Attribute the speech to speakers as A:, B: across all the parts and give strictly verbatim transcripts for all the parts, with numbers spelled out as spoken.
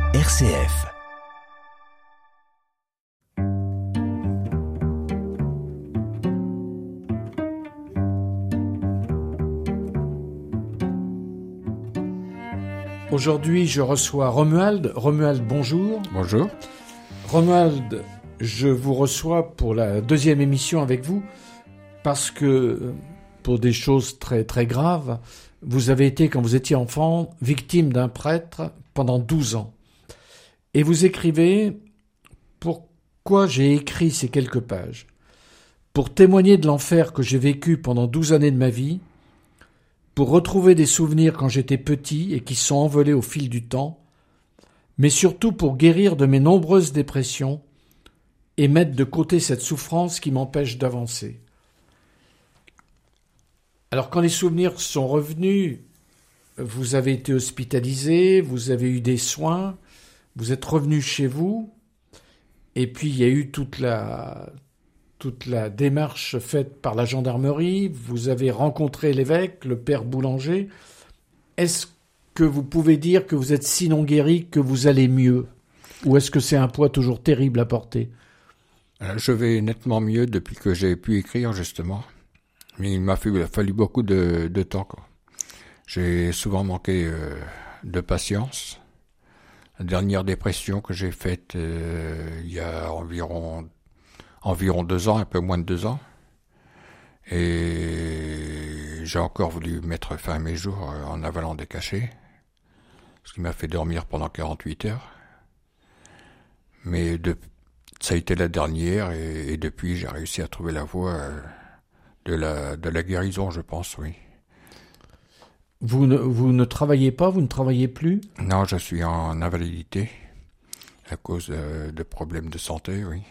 A: R C F.
B: Aujourd'hui, je reçois Romuald. Romuald, bonjour.
C: Bonjour.
B: Romuald, je vous reçois pour la deuxième émission avec vous parce que, pour des choses très, très graves, vous avez été, quand vous étiez enfant, victime d'un prêtre pendant douze ans. Et vous écrivez « Pourquoi j'ai écrit ces quelques pages ? Pour témoigner de l'enfer que j'ai vécu pendant douze années de ma vie, pour retrouver des souvenirs quand j'étais petit et qui sont envolés au fil du temps, mais surtout pour guérir de mes nombreuses dépressions et mettre de côté cette souffrance qui m'empêche d'avancer. » Alors quand les souvenirs sont revenus, vous avez été hospitalisé, vous avez eu des soins, vous êtes revenu chez vous, et puis il y a eu toute la, toute la démarche faite par la gendarmerie, vous avez rencontré l'évêque, le père Boulanger. Est-ce que vous pouvez dire que vous êtes sinon guéri, que vous allez mieux ? Ou est-ce que c'est un poids toujours terrible à porter ?
C: Je vais nettement mieux depuis que j'ai pu écrire, justement. Mais il m'a fallu beaucoup de, de temps, quoi. J'ai souvent manqué euh, de patience. La dernière dépression que j'ai faite euh, il y a environ, environ deux ans, un peu moins de deux ans. Et j'ai encore voulu mettre fin à mes jours en avalant des cachets, ce qui m'a fait dormir pendant quarante-huit heures. Mais de, ça a été la dernière et, et depuis j'ai réussi à trouver la voie euh, de la, de la guérison, je pense, oui.
B: Vous ne, vous ne travaillez pas, vous ne travaillez plus ?
C: Non, je suis en invalidité à cause de, de problèmes de santé, oui.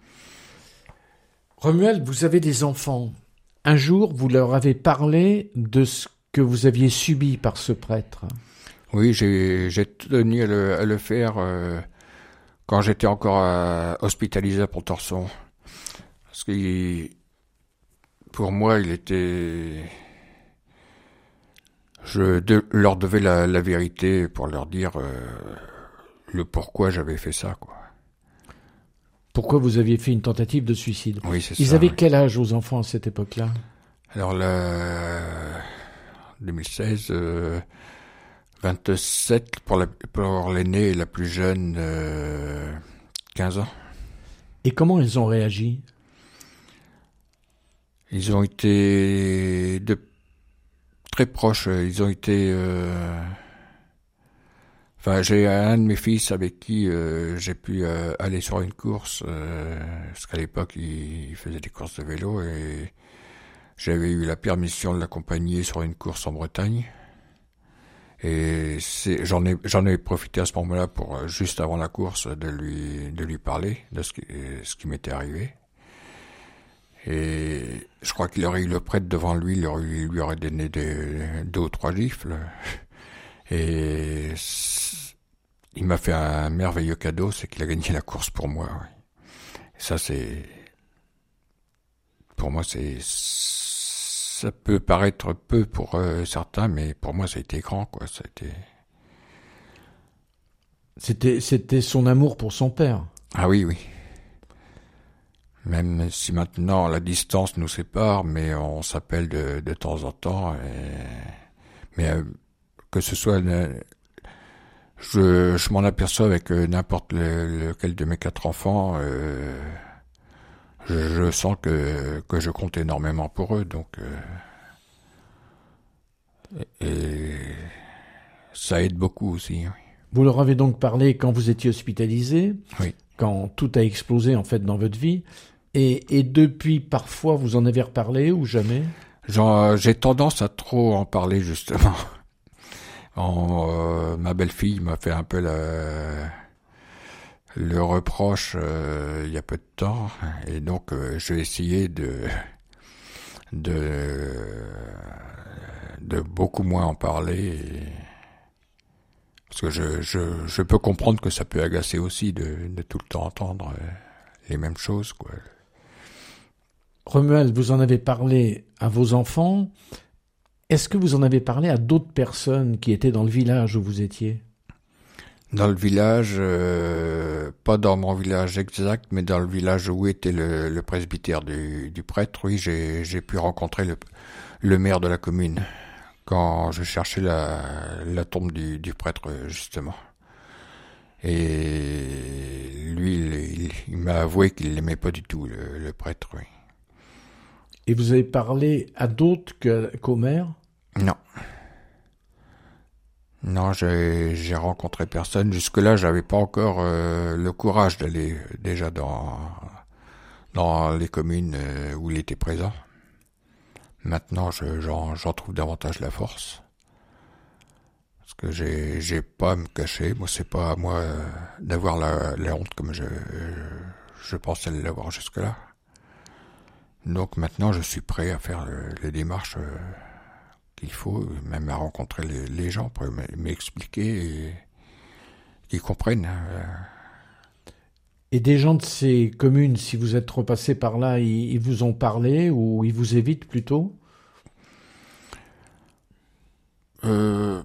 B: Romuald, vous avez des enfants. Un jour, vous leur avez parlé de ce que vous aviez subi par ce prêtre.
C: Oui, j'ai, j'ai tenu à le, à le faire euh, quand j'étais encore à, hospitalisé à Pontorson. Parce que pour moi, il était... Je de, leur devais la, la vérité pour leur dire euh, le pourquoi j'avais fait ça, quoi.
B: Pourquoi vous aviez fait une tentative de suicide ?
C: Oui, c'est
B: Ils
C: ça.
B: avaient
C: Oui.
B: quel âge, vos enfants, à cette époque-là ?
C: Alors, là, deux mille seize, euh, vingt-sept pour, la, pour l'aîné et la plus jeune, euh, quinze ans.
B: Et comment ils ont réagi ?
C: Ils ont été de très proches. Ils ont été... Euh, Enfin, j'ai un de mes fils avec qui euh, j'ai pu euh, aller sur une course, euh, parce qu'à l'époque, il, il faisait des courses de vélo, et j'avais eu la permission de l'accompagner sur une course en Bretagne. Et c'est, j'en ai, j'en ai profité à ce moment-là pour, juste avant la course, de lui, de lui parler de ce qui, ce qui m'était arrivé. Et je crois qu'il aurait eu le prêtre devant lui, il, aurait, il lui aurait donné des, deux ou trois gifles. Et il m'a fait un merveilleux cadeau, c'est qu'il a gagné la course pour moi. Oui. Et ça, c'est... Pour moi, c'est... Ça peut paraître peu pour euh, certains, mais pour moi, ça a été grand, quoi. Ça a été...
B: C'était, c'était son amour pour son père.
C: Ah oui, oui. Même si maintenant la distance nous sépare, mais on s'appelle de, de temps en temps. Et... Mais... Euh, que ce soit, je, je m'en aperçois avec n'importe le, lequel de mes quatre enfants, euh, je, je sens que, que je compte énormément pour eux, donc, euh, et ça aide beaucoup aussi. Oui.
B: Vous leur avez donc parlé quand vous étiez hospitalisé,
C: oui.
B: Quand tout a explosé en fait dans votre vie, et, et depuis parfois vous en avez reparlé ou jamais ?
C: Genre, j'ai tendance à trop en parler justement. En, euh, ma belle-fille m'a fait un peu la, le reproche euh, il y a peu de temps, et donc euh, je vais essayer de, de, de beaucoup moins en parler, et, parce que je, je, je peux comprendre que ça peut agacer aussi de, de tout le temps entendre euh, les mêmes choses, quoi.
B: Romuald, vous en avez parlé à vos enfants. Est-ce que vous en avez parlé à d'autres personnes qui étaient dans le village où vous étiez ?
C: Dans le village, euh, pas dans mon village exact, mais dans le village où était le, le presbytère du, du prêtre, oui, j'ai, j'ai pu rencontrer le, le maire de la commune quand je cherchais la, la tombe du, du prêtre, justement. Et lui, il, il, il m'a avoué qu'il l'aimait pas du tout, le, le prêtre, oui.
B: Et vous avez parlé à d'autres que, qu'au maire ?
C: Non. Non, j'ai, j'ai rencontré personne. Jusque-là, j'avais pas encore euh, le courage d'aller déjà dans dans les communes euh, où il était présent. Maintenant, je, j'en, j'en trouve davantage la force. Parce que j'ai, j'ai pas à me cacher. Moi, c'est pas à moi euh, d'avoir la, la honte comme je, je pensais l'avoir jusque-là. Donc maintenant, je suis prêt à faire le, les démarches euh, qu'il faut, même à rencontrer les, les gens pour m'expliquer et qu'ils comprennent.
B: Et des gens de ces communes, si vous êtes repassé par là, ils, ils vous ont parlé ou ils vous évitent plutôt ?
C: Euh,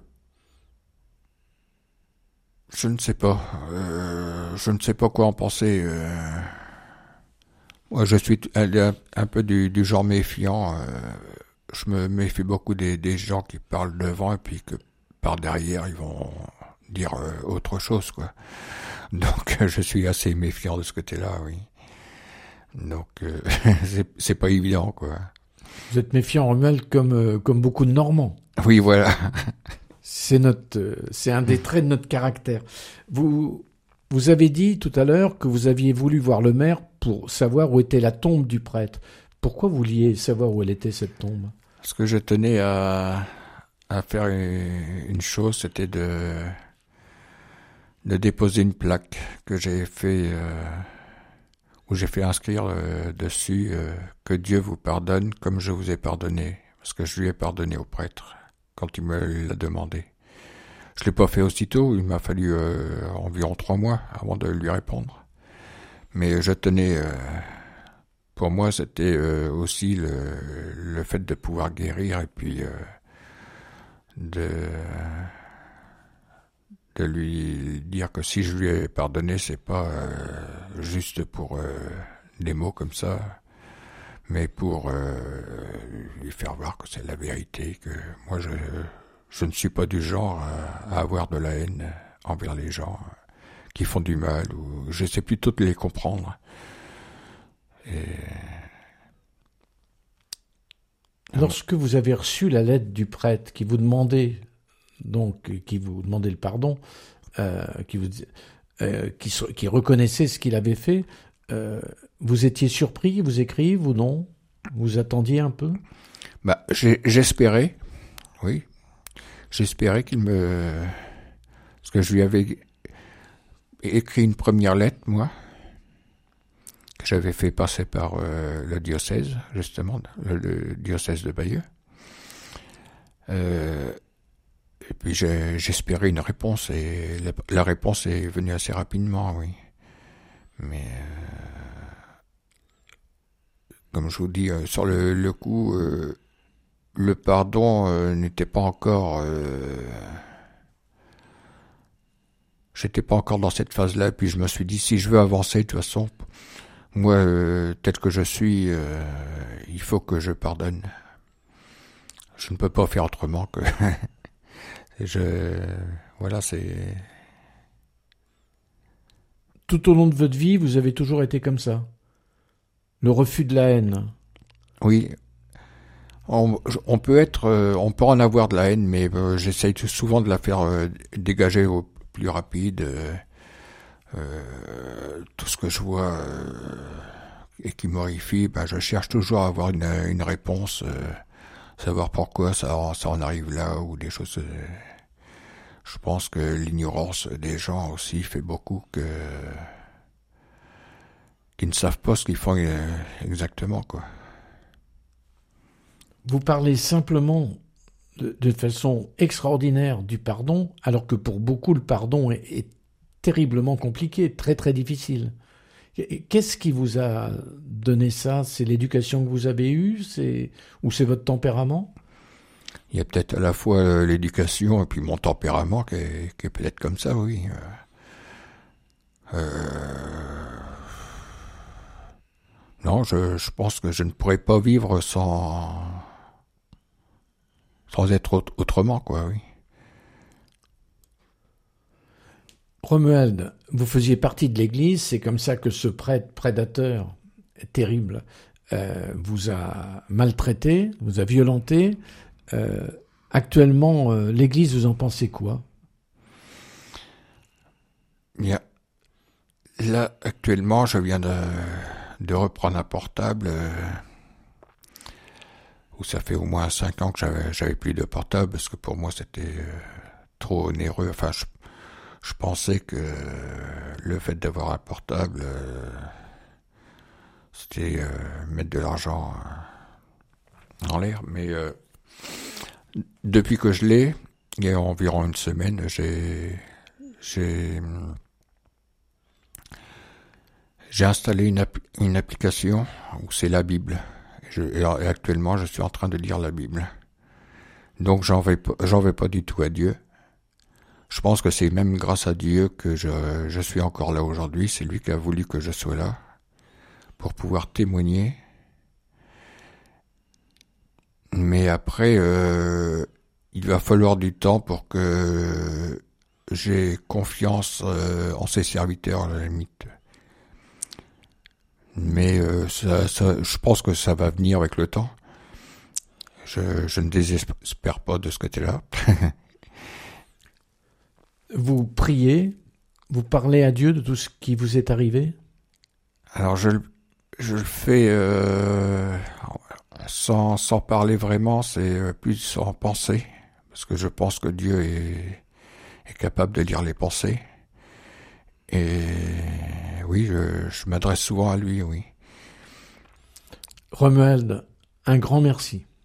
C: je ne sais pas. Euh, je ne sais pas quoi en penser. Euh, moi, je suis un, un peu du, du genre méfiant. Euh, je me méfie beaucoup des, des gens qui parlent devant et puis que par derrière, ils vont dire euh, autre chose, quoi. Donc, je suis assez méfiant de ce côté-là, oui. Donc, euh, c'est, c'est pas évident, quoi.
B: Vous êtes méfiant, Romuald, comme, euh, comme beaucoup de Normands.
C: Oui, voilà.
B: C'est notre, euh, c'est un des traits de notre caractère. Vous, vous avez dit tout à l'heure que vous aviez voulu voir le maire pour savoir où était la tombe du prêtre. Pourquoi vous vouliez savoir où elle était, cette tombe ?
C: Parce que je tenais à, à faire une chose, c'était de, de déposer une plaque que j'ai fait, euh, où j'ai fait inscrire euh, dessus euh, que Dieu vous pardonne comme je vous ai pardonné, parce que je lui ai pardonné au prêtre quand il me l'a demandé. Je l'ai pas fait aussitôt, il m'a fallu euh, environ trois mois avant de lui répondre. Mais je tenais, euh, pour moi, c'était euh, aussi le, le fait de pouvoir guérir et puis euh, de de lui dire que si je lui ai pardonné, c'est pas euh, juste pour euh, des mots comme ça, mais pour euh, lui faire voir que c'est la vérité, que moi je je ne suis pas du genre à, à avoir de la haine envers les gens qui font du mal, ou j'essaie plutôt de les comprendre. Et
B: lorsque vous avez reçu la lettre du prêtre qui vous demandait donc qui vous demandait le pardon, euh, qui vous euh, qui, qui reconnaissait ce qu'il avait fait, euh, vous étiez surpris, vous écrivez ou non ? Vous attendiez un peu ?
C: Bah, j'ai, j'espérais, oui, j'espérais qu'il me, parce que je lui avais écrit une première lettre, moi, que j'avais fait passer par euh, le diocèse, justement, le, le diocèse de Bayeux. Euh, et puis j'ai, j'espérais une réponse, et la, la réponse est venue assez rapidement, oui. Mais euh, comme je vous dis, euh, sur le, le coup, euh, le pardon euh, n'était pas encore... Euh, j'étais pas encore dans cette phase-là, et puis je me suis dit, si je veux avancer, de toute façon, moi, euh, tel que je suis, euh, il faut que je pardonne. Je ne peux pas faire autrement que... je... Voilà, c'est...
B: Tout au long de votre vie, vous avez toujours été comme ça ? Le refus de la haine ?
C: Oui. On, on peut être... Euh, on peut en avoir de la haine, mais euh, j'essaye souvent de la faire euh, dégager au plus rapide. Euh, euh, tout ce que je vois... Euh, et qui m'horrifie, ben je cherche toujours à avoir une, une réponse, euh, savoir pourquoi ça, ça en arrive là, ou des choses... Euh, je pense que l'ignorance des gens aussi fait beaucoup que... qui ne savent pas ce qu'ils font euh, exactement, quoi.
B: Vous parlez simplement de, de façon extraordinaire du pardon, alors que pour beaucoup, le pardon est, est terriblement compliqué, très très difficile. Qu'est-ce qui vous a donné ça ? C'est l'éducation que vous avez eue, c'est... ou c'est votre tempérament ?
C: il y a peut-être à la fois euh, l'éducation et puis mon tempérament qui est, qui est peut-être comme ça, oui. Euh, non, je, je pense que je ne pourrais pas vivre sans, sans être autre- autrement, quoi, oui.
B: Romuald, vous faisiez partie de l'Église, c'est comme ça que ce prêtre prédateur terrible euh, vous a maltraité, vous a violenté. Euh, actuellement, euh, l'Église, vous en pensez quoi?
C: Bien. Là, actuellement, je viens de, de reprendre un portable euh, où ça fait au moins cinq ans que j'avais, j'avais plus de portable parce que pour moi c'était euh, trop onéreux. Enfin, je, je pensais que euh, le fait d'avoir un portable, euh, c'était euh, mettre de l'argent euh, en l'air. Mais euh, depuis que je l'ai, il y a environ une semaine, j'ai j'ai j'ai installé une, app- une application où c'est la Bible. Je, et actuellement, je suis en train de lire la Bible. Donc, j'en vais pas, j'en vais pas du tout à Dieu. Je pense que c'est même grâce à Dieu que je, je suis encore là aujourd'hui. C'est lui qui a voulu que je sois là pour pouvoir témoigner. Mais après, euh, il va falloir du temps pour que j'ai confiance euh, en ses serviteurs à la limite. Mais euh, ça, ça, je pense que ça va venir avec le temps. Je, je ne désespère pas de ce côté-là.
B: Vous priez, vous parlez à Dieu de tout ce qui vous est arrivé?
C: Alors je, je le fais euh, sans, sans parler vraiment, c'est plus en pensée, parce que je pense que Dieu est, est capable de lire les pensées. Et oui, je, je m'adresse souvent à lui, oui.
B: Romuald, un grand merci.